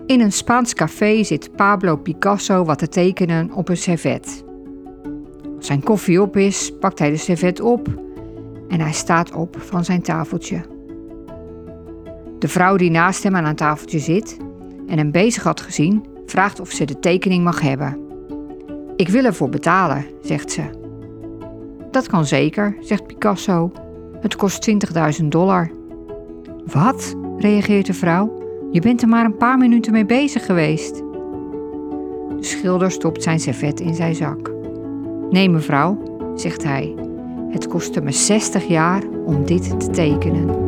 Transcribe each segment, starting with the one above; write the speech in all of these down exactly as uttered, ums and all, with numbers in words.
In een Spaans café zit Pablo Picasso wat te tekenen op een servet. Als zijn koffie op is, pakt hij de servet op en hij staat op van zijn tafeltje. De vrouw die naast hem aan een tafeltje zit en hem bezig had gezien, vraagt of ze de tekening mag hebben. Ik wil ervoor betalen, zegt ze. Dat kan zeker, zegt Picasso. Het kost twintigduizend dollar. Wat? Reageert de vrouw. Je bent er maar een paar minuten mee bezig geweest. De schilder stopt zijn servet in zijn zak. Nee, mevrouw, zegt hij. Het kostte me zestig jaar om dit te tekenen.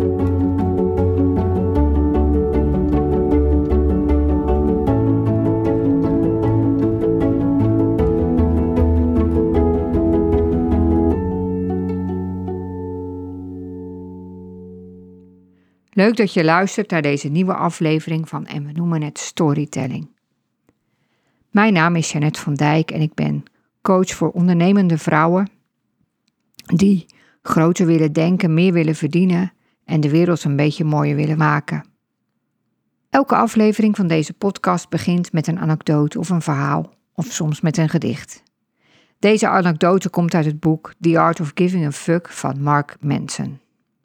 Leuk dat je luistert naar deze nieuwe aflevering van En we noemen het Storytelling. Mijn naam is Jeannette van Dijk en ik ben coach voor ondernemende vrouwen die groter willen denken, meer willen verdienen en de wereld een beetje mooier willen maken. Elke aflevering van deze podcast begint met een anekdote of een verhaal, of soms met een gedicht. Deze anekdote komt uit het boek The Art of Giving a Fuck van Mark Manson.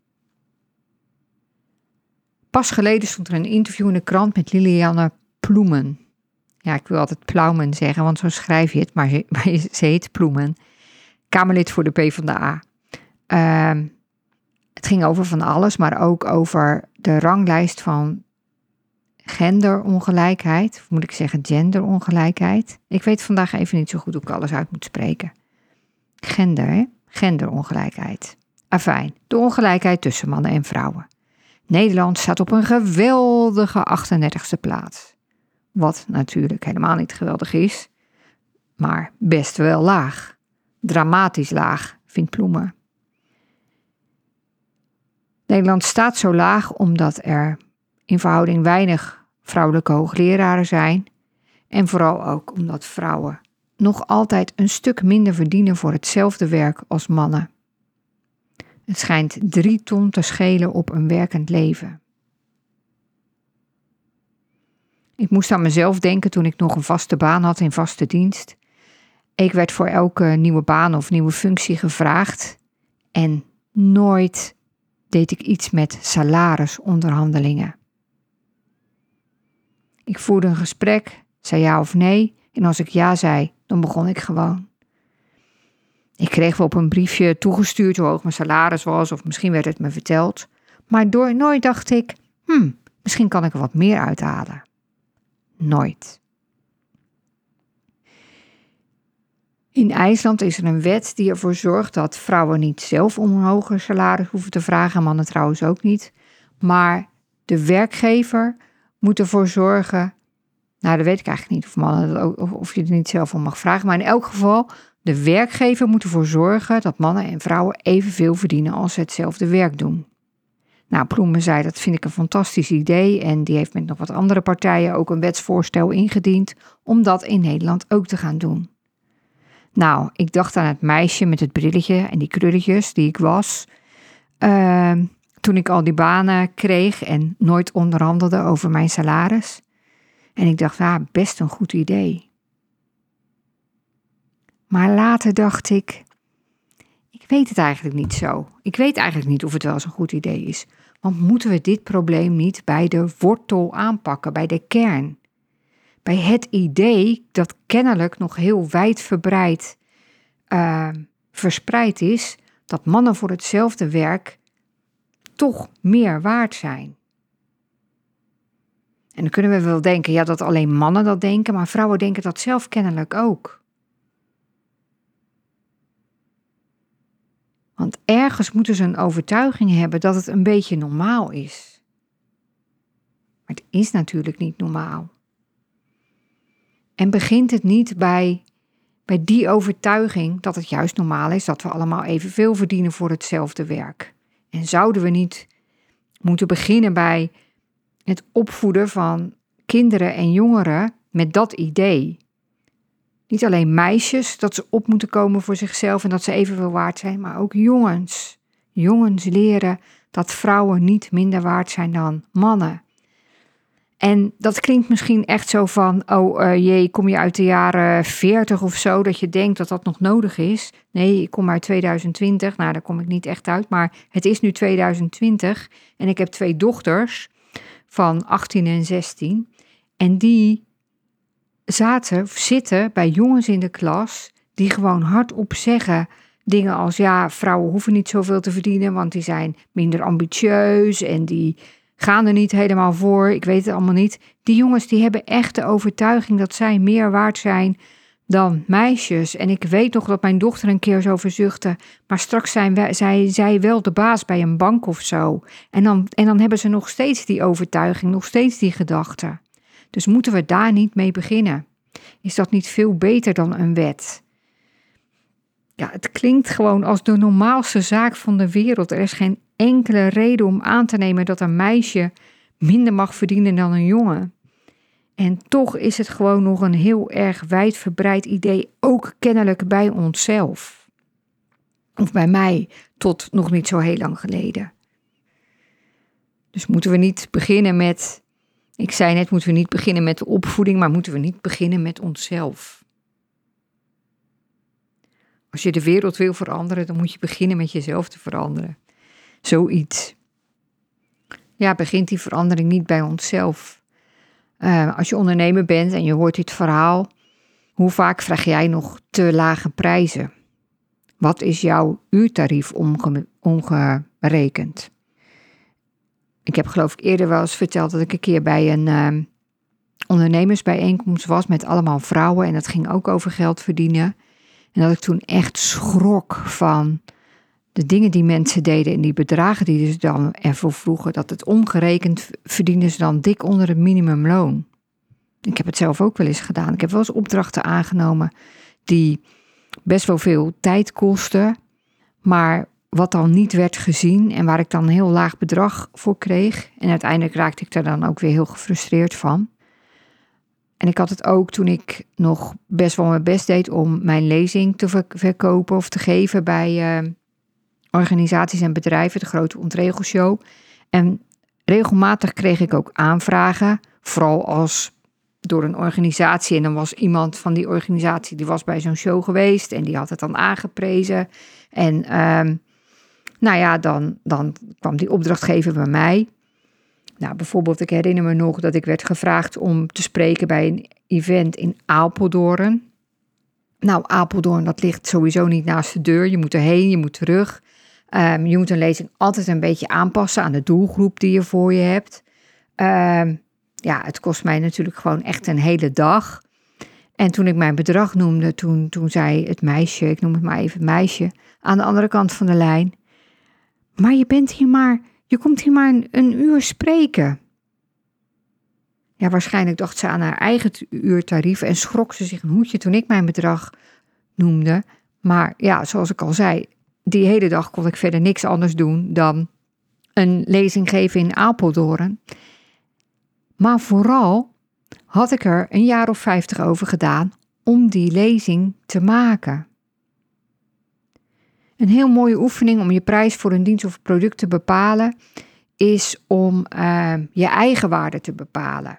Pas geleden stond er een interview in de krant met Lilianne Ploemen. Ja, ik wil altijd Plaumen zeggen, want zo schrijf je het, maar ze, maar ze heet Ploemen. Kamerlid voor de PvdA. Uh, het ging over van alles, maar ook over de ranglijst van genderongelijkheid. Of moet ik zeggen genderongelijkheid? Ik weet vandaag even niet zo goed hoe ik alles uit moet spreken. Gender, hè? Genderongelijkheid. Afijn, de ongelijkheid tussen mannen en vrouwen. Nederland staat op een geweldige achtendertigste plaats. Wat natuurlijk helemaal niet geweldig is, maar best wel laag. Dramatisch laag, vindt Ploemen. Nederland staat zo laag omdat er in verhouding weinig vrouwelijke hoogleraren zijn. En vooral ook omdat vrouwen nog altijd een stuk minder verdienen voor hetzelfde werk als mannen. Het schijnt drie ton te schelen op een werkend leven. Ik moest aan mezelf denken toen ik nog een vaste baan had in vaste dienst. Ik werd voor elke nieuwe baan of nieuwe functie gevraagd en nooit deed ik iets met salarisonderhandelingen. Ik voerde een gesprek, zei ja of nee en als ik ja zei, dan begon ik gewoon. Ik kreeg wel op een briefje toegestuurd hoe hoog mijn salaris was of misschien werd het me verteld. Maar door nooit dacht ik, hmm, misschien kan ik er wat meer uithalen. Nooit. In IJsland is er een wet die ervoor zorgt dat vrouwen niet zelf om een hoger salaris hoeven te vragen, en mannen trouwens ook niet. Maar de werkgever moet ervoor zorgen, nou dat weet ik eigenlijk niet of mannen dat ook, of, of je er niet zelf om mag vragen, maar in elk geval, de werkgever moet ervoor zorgen dat mannen en vrouwen evenveel verdienen als ze hetzelfde werk doen. Nou, Ploemen zei dat vind ik een fantastisch idee en die heeft met nog wat andere partijen ook een wetsvoorstel ingediend om dat in Nederland ook te gaan doen. Nou, ik dacht aan het meisje met het brilletje en die krulletjes die ik was. Uh, toen ik al die banen kreeg en nooit onderhandelde over mijn salaris. En ik dacht, ah, best een goed idee. Maar later dacht ik, ik weet het eigenlijk niet zo. Ik weet eigenlijk niet of het wel eens een goed idee is. Want moeten we dit probleem niet bij de wortel aanpakken, bij de kern? Bij het idee dat kennelijk nog heel wijdverbreid uh, verspreid is, dat mannen voor hetzelfde werk toch meer waard zijn. En dan kunnen we wel denken, ja, dat alleen mannen dat denken, maar vrouwen denken dat zelf kennelijk ook. Want ergens moeten ze een overtuiging hebben dat het een beetje normaal is. Maar het is natuurlijk niet normaal. En begint het niet bij, bij die overtuiging dat het juist normaal is dat we allemaal evenveel verdienen voor hetzelfde werk? En zouden we niet moeten beginnen bij het opvoeden van kinderen en jongeren met dat idee? Niet alleen meisjes, dat ze op moeten komen voor zichzelf en dat ze evenveel waard zijn, maar ook jongens. Jongens leren dat vrouwen niet minder waard zijn dan mannen. En dat klinkt misschien echt zo van, oh uh, jee, kom je uit de jaren veertig of zo, dat je denkt dat dat nog nodig is. Nee, ik kom uit tweeduizend twintig, nou daar kom ik niet echt uit, maar het is nu tweeduizend twintig en ik heb twee dochters van achttien en zestien. En die zaten of zitten bij jongens in de klas die gewoon hardop zeggen dingen als, ja, vrouwen hoeven niet zoveel te verdienen, want die zijn minder ambitieus en die gaan er niet helemaal voor, ik weet het allemaal niet. Die jongens die hebben echt de overtuiging dat zij meer waard zijn dan meisjes. En ik weet nog dat mijn dochter een keer zo verzuchtte, maar straks zijn wij, zij, zij wel de baas bij een bank of zo. En dan, en dan hebben ze nog steeds die overtuiging, nog steeds die gedachte. Dus moeten we daar niet mee beginnen? Is dat niet veel beter dan een wet? Ja, het klinkt gewoon als de normaalste zaak van de wereld. Er is geen enkele reden om aan te nemen dat een meisje minder mag verdienen dan een jongen. En toch is het gewoon nog een heel erg wijdverbreid idee, ook kennelijk bij onszelf. Of bij mij, tot nog niet zo heel lang geleden. Dus moeten we niet beginnen met, ik zei net, moeten we niet beginnen met de opvoeding, maar moeten we niet beginnen met onszelf. Als je de wereld wil veranderen, dan moet je beginnen met jezelf te veranderen. Zoiets. Ja, begint die verandering niet bij onszelf. Uh, als je ondernemer bent en je hoort dit verhaal, hoe vaak vraag jij nog te lage prijzen? Wat is jouw uurtarief omge- omgerekend? Ik heb geloof ik eerder wel eens verteld dat ik een keer bij een uh, ondernemersbijeenkomst was met allemaal vrouwen en dat ging ook over geld verdienen. En dat ik toen echt schrok van de dingen die mensen deden en die bedragen die ze dan ervoor vroegen, dat het omgerekend verdienen ze dan dik onder het minimumloon. Ik heb het zelf ook wel eens gedaan. Ik heb wel eens opdrachten aangenomen die best wel veel tijd kosten, maar wat dan niet werd gezien en waar ik dan een heel laag bedrag voor kreeg. En uiteindelijk raakte ik daar dan ook weer heel gefrustreerd van. En ik had het ook toen ik nog best wel mijn best deed om mijn lezing te verkopen of te geven bij uh, organisaties en bedrijven, de grote ontregelshow. En regelmatig kreeg ik ook aanvragen, vooral als door een organisatie. En dan was iemand van die organisatie, die was bij zo'n show geweest en die had het dan aangeprezen. En um, nou ja, dan, dan kwam die opdrachtgever bij mij. Nou, bijvoorbeeld, ik herinner me nog dat ik werd gevraagd om te spreken bij een event in Apeldoorn. Nou, Apeldoorn, dat ligt sowieso niet naast de deur. Je moet erheen, je moet terug. Um, je moet een lezing altijd een beetje aanpassen aan de doelgroep die je voor je hebt. Um, ja, het kost mij natuurlijk gewoon echt een hele dag. En toen ik mijn bedrag noemde, toen, toen zei het meisje, ik noem het maar even meisje, aan de andere kant van de lijn: maar je bent hier maar... Je komt hier maar een, een uur spreken. Ja, waarschijnlijk dacht ze aan haar eigen uurtarief en schrok ze zich een hoedje toen ik mijn bedrag noemde. Maar ja, zoals ik al zei, die hele dag kon ik verder niks anders doen dan een lezing geven in Apeldoorn. Maar vooral had ik er een jaar of vijftig over gedaan om die lezing te maken. Een heel mooie oefening om je prijs voor een dienst of product te bepalen is om uh, je eigen waarde te bepalen.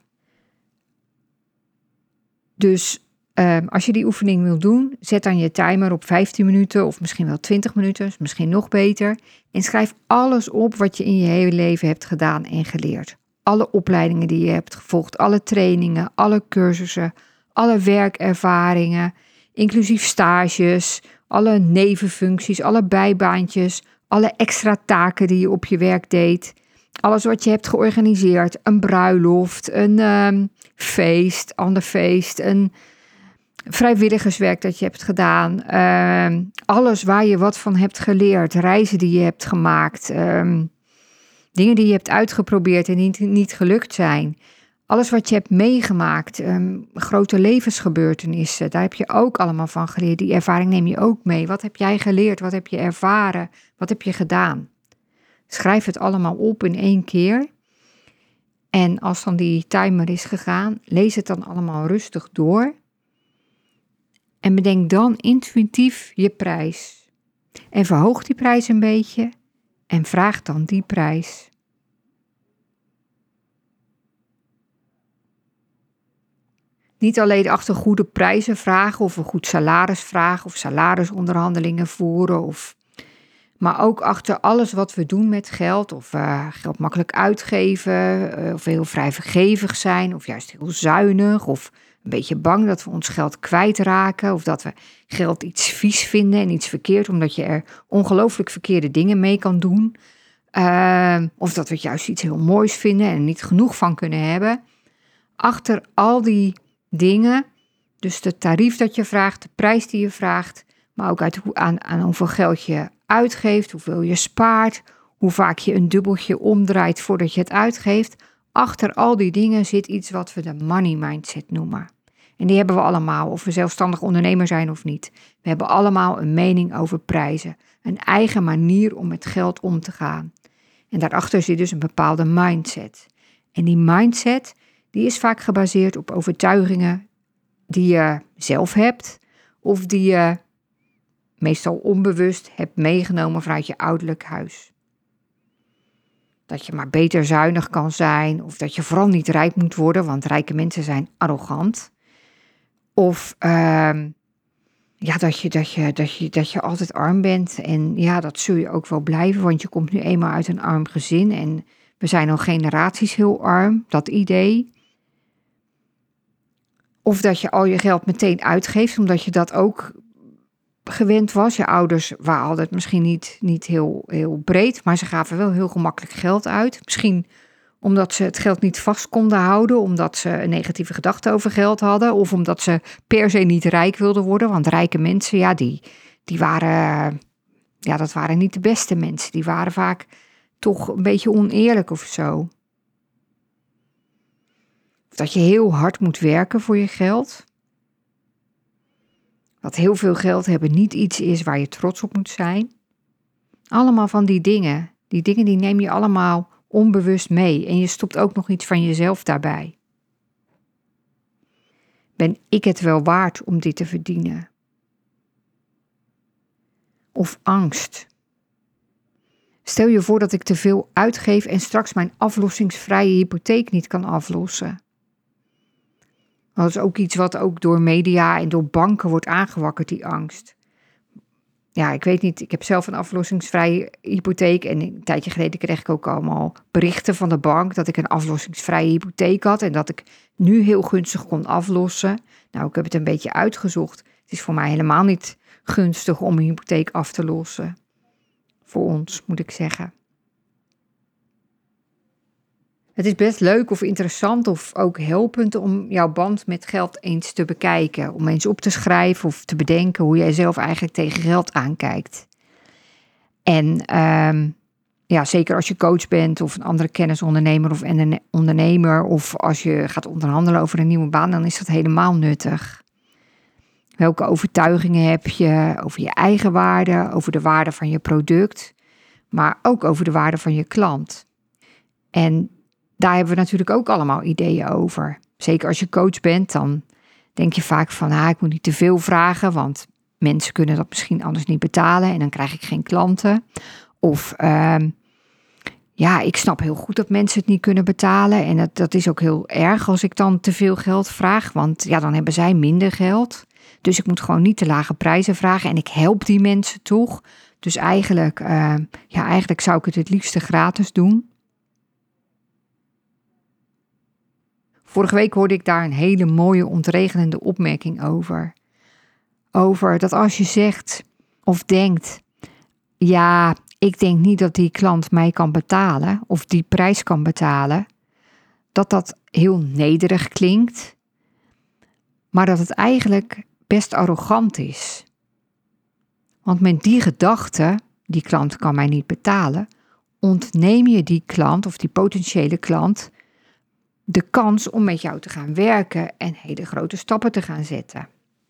Dus uh, als je die oefening wil doen, zet dan je timer op vijftien minuten of misschien wel twintig minuten, misschien nog beter. En schrijf alles op wat je in je hele leven hebt gedaan en geleerd. Alle opleidingen die je hebt gevolgd, alle trainingen, alle cursussen, alle werkervaringen, inclusief stages, alle nevenfuncties, alle bijbaantjes, alle extra taken die je op je werk deed. Alles wat je hebt georganiseerd, een bruiloft, een um, feest, ander feest, een vrijwilligerswerk dat je hebt gedaan. Um, alles waar je wat van hebt geleerd, reizen die je hebt gemaakt, um, dingen die je hebt uitgeprobeerd en die niet, niet gelukt zijn. Alles wat je hebt meegemaakt, um, grote levensgebeurtenissen, daar heb je ook allemaal van geleerd. Die ervaring neem je ook mee. Wat heb jij geleerd? Wat heb je ervaren? Wat heb je gedaan? Schrijf het allemaal op in één keer. En als dan die timer is gegaan, lees het dan allemaal rustig door. En bedenk dan intuïtief je prijs. En verhoog die prijs een beetje en vraag dan die prijs. Niet alleen achter goede prijzen vragen of een goed salaris vragen of salarisonderhandelingen voeren. Of, maar ook achter alles wat we doen met geld. Of uh, geld makkelijk uitgeven, uh, of heel vrijgevig zijn of juist heel zuinig. Of een beetje bang dat we ons geld kwijtraken. Of dat we geld iets vies vinden en iets verkeerd omdat je er ongelooflijk verkeerde dingen mee kan doen. Uh, of dat we juist iets heel moois vinden en er niet genoeg van kunnen hebben. Achter al die dingen, dus de tarief dat je vraagt, de prijs die je vraagt, maar ook uit hoe, aan, aan hoeveel geld je uitgeeft, hoeveel je spaart, hoe vaak je een dubbeltje omdraait voordat je het uitgeeft. Achter al die dingen zit iets wat we de money mindset noemen. En die hebben we allemaal, of we zelfstandig ondernemer zijn of niet. We hebben allemaal een mening over prijzen, een eigen manier om met geld om te gaan. En daarachter zit dus een bepaalde mindset. En die mindset, die is vaak gebaseerd op overtuigingen die je zelf hebt, of die je meestal onbewust hebt meegenomen vanuit je ouderlijk huis. Dat je maar beter zuinig kan zijn, of dat je vooral niet rijk moet worden, want rijke mensen zijn arrogant. Of uh, ja, dat, je, dat, je, dat, je, dat je altijd arm bent. En ja, dat zul je ook wel blijven, want je komt nu eenmaal uit een arm gezin. En we zijn al generaties heel arm, dat idee. Of dat je al je geld meteen uitgeeft, omdat je dat ook gewend was. Je ouders waren altijd misschien niet, niet heel, heel breed, maar ze gaven wel heel gemakkelijk geld uit. Misschien omdat ze het geld niet vast konden houden, omdat ze een negatieve gedachte over geld hadden, of omdat ze per se niet rijk wilden worden. Want rijke mensen, ja, die, die waren, ja, dat waren niet de beste mensen. Die waren vaak toch een beetje oneerlijk of zo. Of dat je heel hard moet werken voor je geld. Dat heel veel geld hebben niet iets is waar je trots op moet zijn. Allemaal van die dingen. Die dingen die neem je allemaal onbewust mee. En je stopt ook nog iets van jezelf daarbij. Ben ik het wel waard om dit te verdienen? Of angst. Stel je voor dat ik te veel uitgeef en straks mijn aflossingsvrije hypotheek niet kan aflossen. Dat is ook iets wat ook door media en door banken wordt aangewakkerd, die angst. Ja, ik weet niet, ik heb zelf een aflossingsvrije hypotheek en een tijdje geleden kreeg ik ook allemaal berichten van de bank dat ik een aflossingsvrije hypotheek had en dat ik nu heel gunstig kon aflossen. Nou, ik heb het een beetje uitgezocht. Het is voor mij helemaal niet gunstig om een hypotheek af te lossen. Voor ons, moet ik zeggen. Het is best leuk of interessant of ook helpend om jouw band met geld eens te bekijken. Om eens op te schrijven of te bedenken hoe jij zelf eigenlijk tegen geld aankijkt. En um, ja, zeker als je coach bent of een andere kennisondernemer of een ondernemer. Of als je gaat onderhandelen over een nieuwe baan, dan is dat helemaal nuttig. Welke overtuigingen heb je over je eigen waarde, over de waarde van je product, maar ook over de waarde van je klant. En daar hebben we natuurlijk ook allemaal ideeën over. Zeker als je coach bent, dan denk je vaak van, ah, ik moet niet te veel vragen, want mensen kunnen dat misschien anders niet betalen en dan krijg ik geen klanten. Of uh, ja, ik snap heel goed dat mensen het niet kunnen betalen en dat, dat is ook heel erg als ik dan te veel geld vraag, want ja, dan hebben zij minder geld. Dus ik moet gewoon niet te lage prijzen vragen en ik help die mensen toch. Dus eigenlijk, uh, ja, eigenlijk zou ik het het liefste gratis doen. Vorige week hoorde ik daar een hele mooie ontregelende opmerking over. Over dat als je zegt of denkt, ja, ik denk niet dat die klant mij kan betalen of die prijs kan betalen, dat dat heel nederig klinkt, maar dat het eigenlijk best arrogant is. Want met die gedachte, die klant kan mij niet betalen, ontneem je die klant of die potentiële klant de kans om met jou te gaan werken en hele grote stappen te gaan zetten.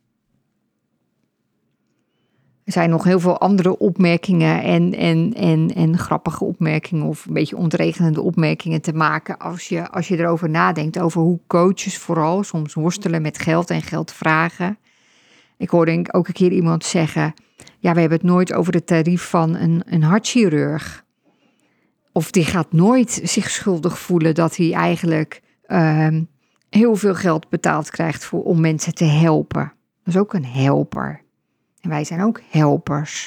Er zijn nog heel veel andere opmerkingen en, en, en, en grappige opmerkingen of een beetje ontregelende opmerkingen te maken als je, als je erover nadenkt, over hoe coaches vooral soms worstelen met geld en geld vragen. Ik hoorde ook een keer iemand zeggen, ja, we hebben het nooit over het tarief van een, een hartchirurg. Of die gaat nooit zich schuldig voelen dat hij eigenlijk uh, heel veel geld betaald krijgt voor, om mensen te helpen. Dat is ook een helper. En wij zijn ook helpers.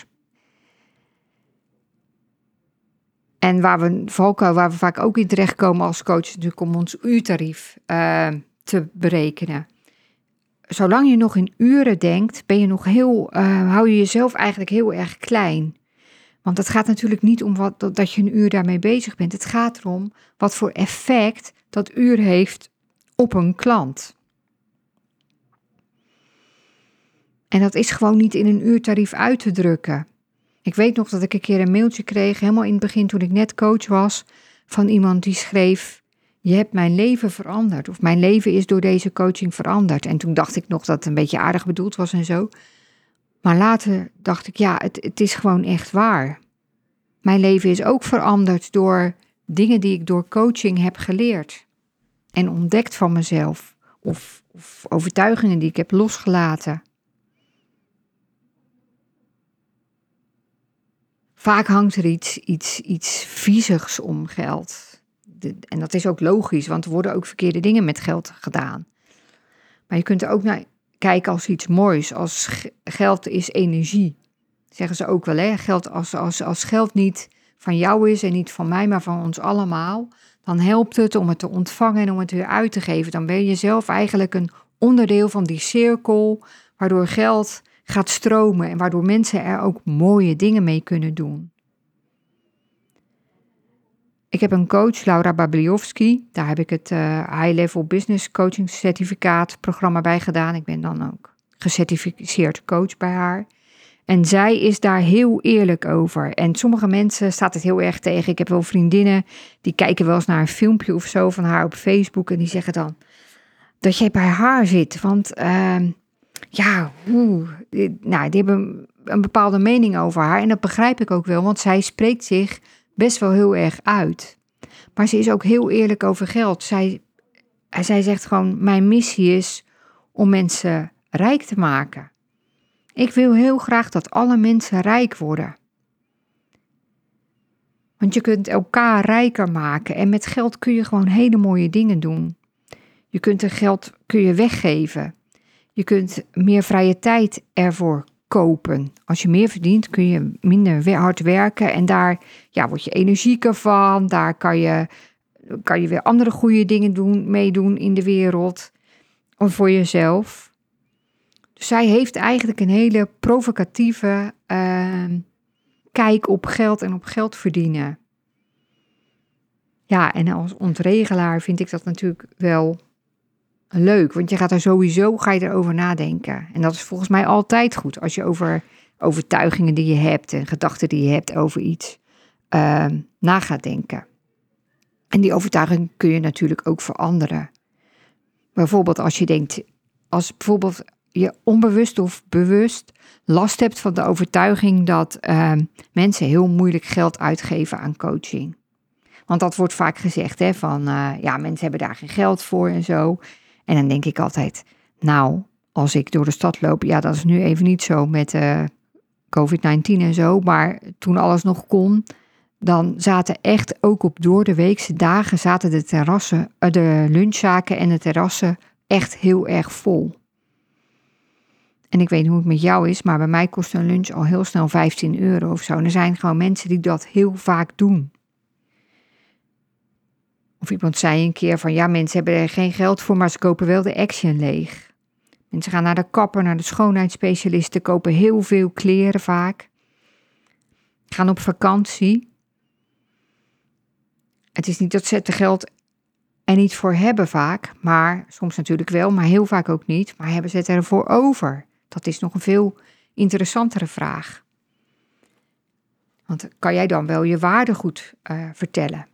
En waar we, valkuil, waar we vaak ook in terechtkomen als coach, is natuurlijk om ons uurtarief uh, te berekenen. Zolang je nog in uren denkt, ben je nog heel, uh, hou je jezelf eigenlijk heel erg klein. Want het gaat natuurlijk niet om wat, dat je een uur daarmee bezig bent. Het gaat erom wat voor effect dat uur heeft op een klant. En dat is gewoon niet in een uurtarief uit te drukken. Ik weet nog dat ik een keer een mailtje kreeg, helemaal in het begin toen ik net coach was, van iemand die schreef: je hebt mijn leven veranderd. Of mijn leven is door deze coaching veranderd. En toen dacht ik nog dat het een beetje aardig bedoeld was en zo. Maar later dacht ik, ja, het, het is gewoon echt waar. Mijn leven is ook veranderd door dingen die ik door coaching heb geleerd. En ontdekt van mezelf. Of, of overtuigingen die ik heb losgelaten. Vaak hangt er iets, iets, iets viezigs om geld. De, en dat is ook logisch, want er worden ook verkeerde dingen met geld gedaan. Maar je kunt er ook naar kijken als iets moois. Als g- geld is energie. Zeggen ze ook wel, hè? Geld, als, als, als geld niet van jou is en niet van mij, maar van ons allemaal, dan helpt het om het te ontvangen en om het weer uit te geven. Dan ben je zelf eigenlijk een onderdeel van die cirkel, waardoor geld gaat stromen en waardoor mensen er ook mooie dingen mee kunnen doen. Ik heb een coach, Laura Babliowski. Daar heb ik het uh, High Level Business Coaching Certificaat programma bij gedaan. Ik ben dan ook gecertificeerd coach bij haar. En zij is daar heel eerlijk over. En sommige mensen staat het heel erg tegen. Ik heb wel vriendinnen die kijken wel eens naar een filmpje of zo van haar op Facebook. En die zeggen dan dat jij bij haar zit. Want uh, ja, oeh, die, nou, die hebben een bepaalde mening over haar. En dat begrijp ik ook wel, want zij spreekt zich best wel heel erg uit. Maar ze is ook heel eerlijk over geld. Zij, zij zegt gewoon, mijn missie is om mensen rijk te maken. Ik wil heel graag dat alle mensen rijk worden. Want je kunt elkaar rijker maken en met geld kun je gewoon hele mooie dingen doen. Je kunt er geld kun je weggeven. Je kunt meer vrije tijd ervoor kopen. Als je meer verdient kun je minder hard werken en daar ja, word je energieker van. Daar kan je, kan je weer andere goede dingen doen, meedoen in de wereld. Of voor jezelf. Dus zij heeft eigenlijk een hele provocatieve uh, kijk op geld en op geld verdienen. Ja, en als ontregelaar vind ik dat natuurlijk wel leuk. Want je gaat er sowieso ga je erover nadenken. En dat is volgens mij altijd goed. Als je over overtuigingen die je hebt en gedachten die je hebt over iets uh, na gaat denken. En die overtuiging kun je natuurlijk ook veranderen. Bijvoorbeeld als je denkt, als bijvoorbeeld je onbewust of bewust last hebt van de overtuiging dat uh, mensen heel moeilijk geld uitgeven aan coaching. Want dat wordt vaak gezegd, hè, van uh, ja, mensen hebben daar geen geld voor en zo. En dan denk ik altijd, nou, als ik door de stad loop, ja, dat is nu even niet zo met uh, covid negentien en zo, maar toen alles nog kon, dan zaten echt ook op doordeweekse dagen zaten de terrassen, uh, de lunchzaken en de terrassen echt heel erg vol. En ik weet niet hoe het met jou is, maar bij mij kost een lunch al heel snel vijftien euro of zo. En er zijn gewoon mensen die dat heel vaak doen. Of iemand zei een keer van, ja, mensen hebben er geen geld voor, maar ze kopen wel de Action leeg. Mensen gaan naar de kapper, naar de schoonheidsspecialisten, kopen heel veel kleren vaak. Gaan op vakantie. Het is niet dat ze het geld er niet voor hebben vaak, maar soms natuurlijk wel, maar heel vaak ook niet. Maar hebben ze het ervoor over? Dat is nog een veel interessantere vraag. Want kan jij dan wel je waarde goed uh, vertellen?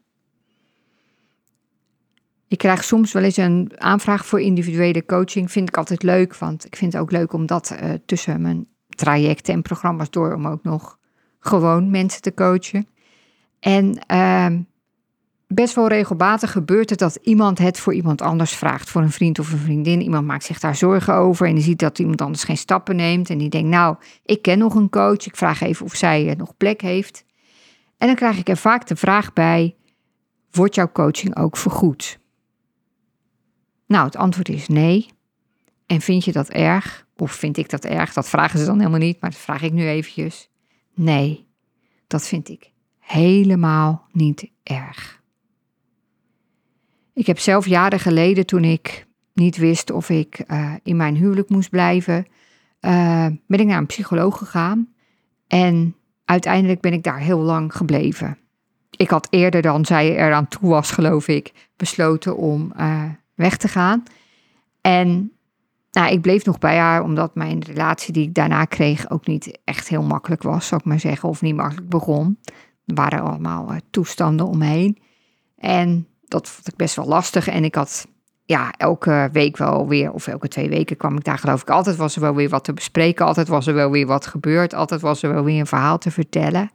Ik krijg soms wel eens een aanvraag voor individuele coaching. Vind ik altijd leuk, want ik vind het ook leuk om dat uh, tussen mijn trajecten en programma's door, om ook nog gewoon mensen te coachen. En uh, best wel regelmatig gebeurt het dat iemand het voor iemand anders vraagt. Voor een vriend of een vriendin. Iemand maakt zich daar zorgen over en die ziet dat iemand anders geen stappen neemt. En die denkt, nou, ik ken nog een coach. Ik vraag even of zij nog plek heeft. En dan krijg ik er vaak de vraag bij, wordt jouw coaching ook vergoed? Nou, het antwoord is nee. En vind je dat erg? Of vind ik dat erg? Dat vragen ze dan helemaal niet, maar dat vraag ik nu eventjes. Nee, dat vind ik helemaal niet erg. Ik heb zelf jaren geleden, toen ik niet wist of ik uh, in mijn huwelijk moest blijven, uh, ben ik naar een psycholoog gegaan. En uiteindelijk ben ik daar heel lang gebleven. Ik had eerder dan zij er aan toe was, geloof ik, besloten om uh, weg te gaan. En nou, ik bleef nog bij haar, omdat mijn relatie die ik daarna kreeg ook niet echt heel makkelijk was, zou ik maar zeggen, of niet makkelijk begon. Er waren allemaal uh, toestanden omheen. En dat vond ik best wel lastig. En ik had ja, elke week wel weer, of elke twee weken kwam ik daar, geloof ik. Altijd was er wel weer wat te bespreken. Altijd was er wel weer wat gebeurd. Altijd was er wel weer een verhaal te vertellen.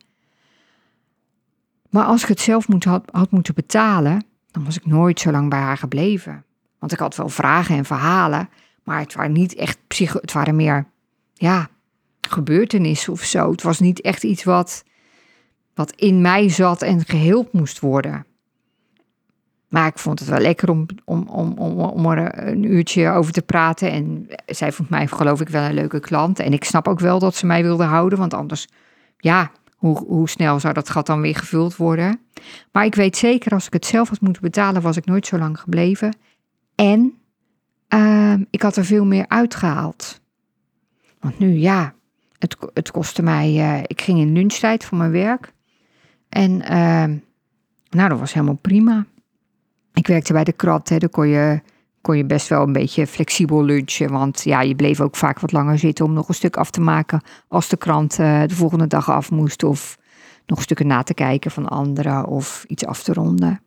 Maar als ik het zelf moet, had, had moeten betalen, dan was ik nooit zo lang bij haar gebleven. Want ik had wel vragen en verhalen, maar het waren niet echt psycho, het waren meer, ja, gebeurtenissen of zo. Het was niet echt iets wat, wat in mij zat en geheeld moest worden. Maar ik vond het wel lekker om, om, om, om, om er een uurtje over te praten. En zij vond mij, geloof ik, wel een leuke klant. En ik snap ook wel dat ze mij wilde houden, want anders, ja, hoe, hoe snel zou dat gat dan weer gevuld worden? Maar ik weet zeker, als ik het zelf had moeten betalen, was ik nooit zo lang gebleven. En uh, ik had er veel meer uitgehaald. Want nu, ja, het, het kostte mij, uh, ik ging in lunchtijd voor mijn werk. En uh, nou, dat was helemaal prima. Ik werkte bij de krant, hè, daar kon je, kon je best wel een beetje flexibel lunchen. Want ja, je bleef ook vaak wat langer zitten om nog een stuk af te maken als de krant uh, de volgende dag af moest. Of nog stukken na te kijken van anderen of iets af te ronden.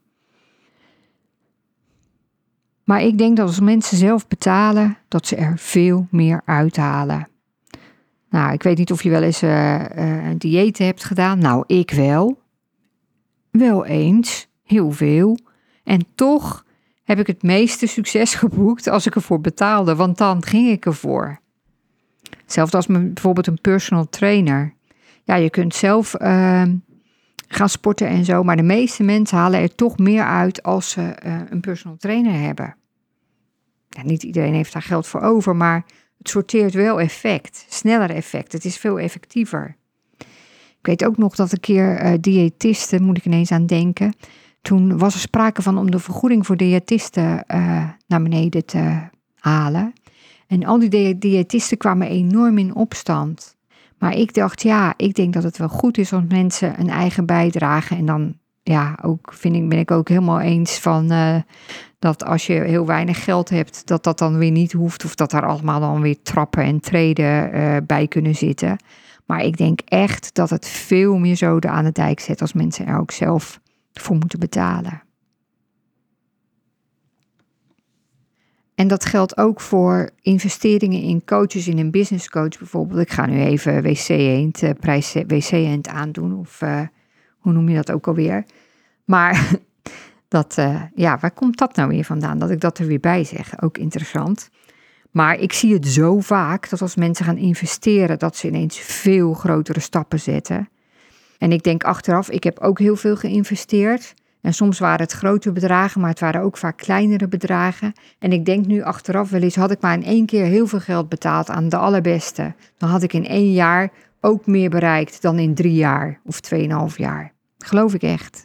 Maar ik denk dat als mensen zelf betalen, dat ze er veel meer uithalen. Nou, ik weet niet of je wel eens uh, uh, een dieet hebt gedaan. Nou, ik wel. Wel eens. Heel veel. En toch heb ik het meeste succes geboekt als ik ervoor betaalde. Want dan ging ik ervoor. Hetzelfde als met bijvoorbeeld een personal trainer. Ja, je kunt zelf uh, gaan sporten en zo. Maar de meeste mensen halen er toch meer uit als ze uh, een personal trainer hebben. Ja, niet iedereen heeft daar geld voor over, maar het sorteert wel effect. Sneller effect. Het is veel effectiever. Ik weet ook nog dat een keer uh, diëtisten, moet ik ineens aan denken. Toen was er sprake van om de vergoeding voor diëtisten uh, naar beneden te halen. En al die diëtisten kwamen enorm in opstand. Maar ik dacht, ja, ik denk dat het wel goed is als mensen een eigen bijdrage. En dan, ja, ook vind ik, ben ik ook helemaal eens van uh, dat als je heel weinig geld hebt, dat dat dan weer niet hoeft. Of dat daar allemaal dan weer trappen en treden uh, bij kunnen zitten. Maar ik denk echt dat het veel meer zoden aan de dijk zet als mensen er ook zelf voor moeten betalen. En dat geldt ook voor investeringen in coaches, in een business coach bijvoorbeeld. Ik ga nu even W C-eend, uh, prijs W C-eend aandoen, of uh, hoe noem je dat ook alweer. Maar dat, uh, ja, waar komt dat nou weer vandaan? Dat ik dat er weer bij zeg, ook interessant. Maar ik zie het zo vaak dat als mensen gaan investeren, dat ze ineens veel grotere stappen zetten. En ik denk achteraf, ik heb ook heel veel geïnvesteerd. En soms waren het grote bedragen, maar het waren ook vaak kleinere bedragen. En ik denk nu achteraf wel eens, had ik maar in één keer heel veel geld betaald aan de allerbeste. Dan had ik in één jaar ook meer bereikt dan in drie jaar of tweeënhalf jaar. Geloof ik echt.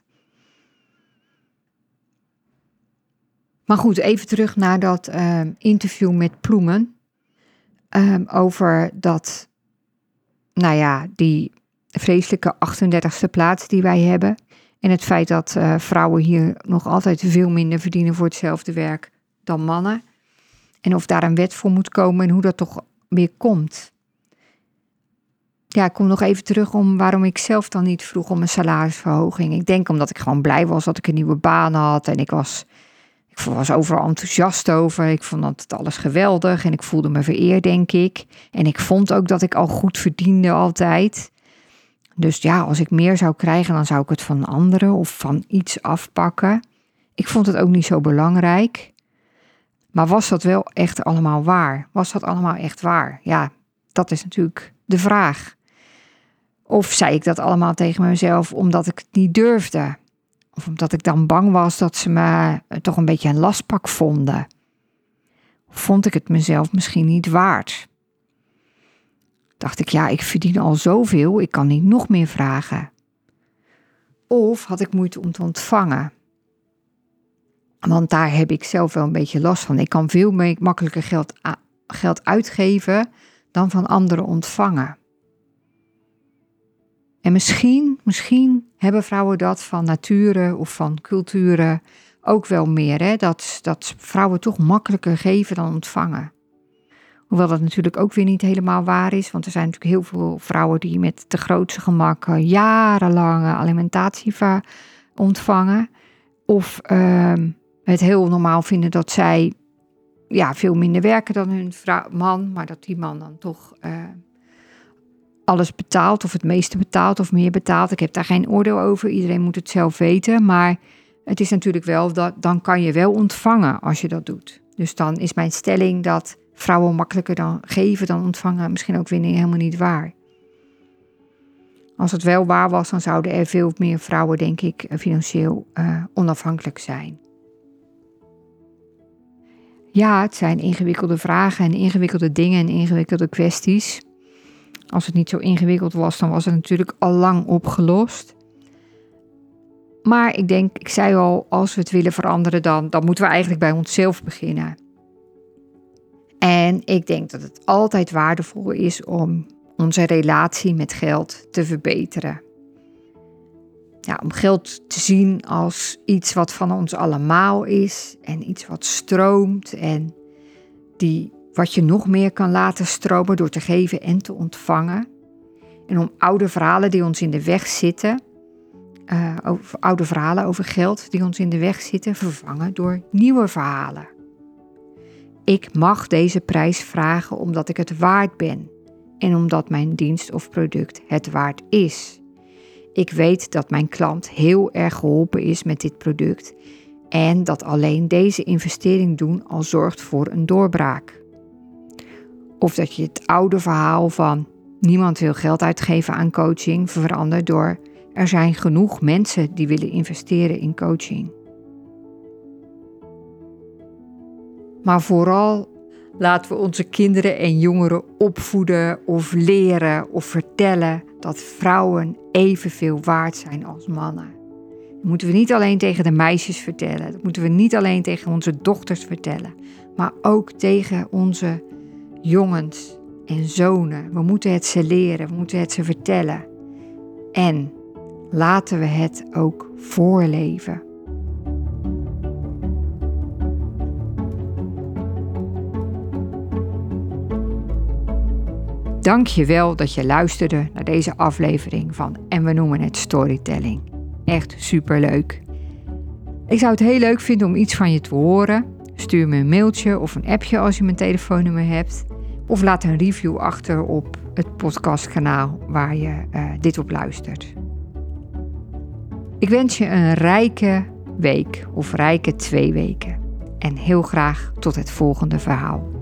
Maar goed, even terug naar dat uh, interview met Ploemen. Um, over dat, nou ja, die vreselijke achtendertigste plaats die wij hebben. En het feit dat uh, vrouwen hier nog altijd veel minder verdienen voor hetzelfde werk dan mannen. En of daar een wet voor moet komen en hoe dat toch weer komt. Ja, ik kom nog even terug om waarom ik zelf dan niet vroeg om een salarisverhoging. Ik denk omdat ik gewoon blij was dat ik een nieuwe baan had. En ik was, ik was overal enthousiast over. Ik vond dat het alles geweldig en ik voelde me vereerd, denk ik. En ik vond ook dat ik al goed verdiende altijd. Dus ja, als ik meer zou krijgen, dan zou ik het van anderen of van iets afpakken. Ik vond het ook niet zo belangrijk. Maar was dat wel echt allemaal waar? Was dat allemaal echt waar? Ja, dat is natuurlijk de vraag. Of zei ik dat allemaal tegen mezelf omdat ik het niet durfde? Of omdat ik dan bang was dat ze me toch een beetje een lastpak vonden? vond ik het mezelf misschien niet waard. Dacht ik, ja, ik verdien al zoveel, ik kan niet nog meer vragen. Of had ik moeite om te ontvangen. Want daar heb ik zelf wel een beetje last van. Ik kan veel meer, makkelijker geld, geld uitgeven dan van anderen ontvangen. En misschien, misschien hebben vrouwen dat van nature of van culturen ook wel meer. Hè? Dat, dat vrouwen toch makkelijker geven dan ontvangen. Hoewel dat natuurlijk ook weer niet helemaal waar is. Want er zijn natuurlijk heel veel vrouwen die met de grootste gemak jarenlange alimentatie ontvangen. Of uh, het heel normaal vinden dat zij ja, veel minder werken dan hun vrouw, man. Maar dat die man dan toch uh, alles betaalt of het meeste betaalt of meer betaalt. Ik heb daar geen oordeel over. Iedereen moet het zelf weten. Maar het is natuurlijk wel dat dan kan je wel ontvangen als je dat doet. Dus dan is mijn stelling dat vrouwen makkelijker dan geven dan ontvangen misschien ook weer niet, helemaal niet waar. Als het wel waar was, dan zouden er veel meer vrouwen, denk ik, financieel uh, onafhankelijk zijn. Ja, het zijn ingewikkelde vragen en ingewikkelde dingen en ingewikkelde kwesties. Als het niet zo ingewikkeld was, dan was het natuurlijk al lang opgelost. Maar ik denk, ik zei al, als we het willen veranderen, dan, dan moeten we eigenlijk bij onszelf beginnen. En ik denk dat het altijd waardevol is om onze relatie met geld te verbeteren. Ja, om geld te zien als iets wat van ons allemaal is en iets wat stroomt en die, wat je nog meer kan laten stromen door te geven en te ontvangen. En om oude verhalen die ons in de weg zitten, uh, over, oude verhalen over geld die ons in de weg zitten, vervangen door nieuwe verhalen. Ik mag deze prijs vragen omdat ik het waard ben en omdat mijn dienst of product het waard is. Ik weet dat mijn klant heel erg geholpen is met dit product en dat alleen deze investering doen al zorgt voor een doorbraak. Of dat je het oude verhaal van niemand wil geld uitgeven aan coaching verandert door er zijn genoeg mensen die willen investeren in coaching. Maar vooral laten we onze kinderen en jongeren opvoeden of leren of vertellen dat vrouwen evenveel waard zijn als mannen. Dat moeten we niet alleen tegen de meisjes vertellen, dat moeten we niet alleen tegen onze dochters vertellen, maar ook tegen onze jongens en zonen. We moeten het ze leren, we moeten het ze vertellen. En laten we het ook voorleven. Dank je wel dat je luisterde naar deze aflevering van En we noemen het Storytelling. Echt superleuk. Ik zou het heel leuk vinden om iets van je te horen. Stuur me een mailtje of een appje als je mijn telefoonnummer hebt. Of laat een review achter op het podcastkanaal waar je uh, dit op luistert. Ik wens je een rijke week of rijke twee weken. En heel graag tot het volgende verhaal.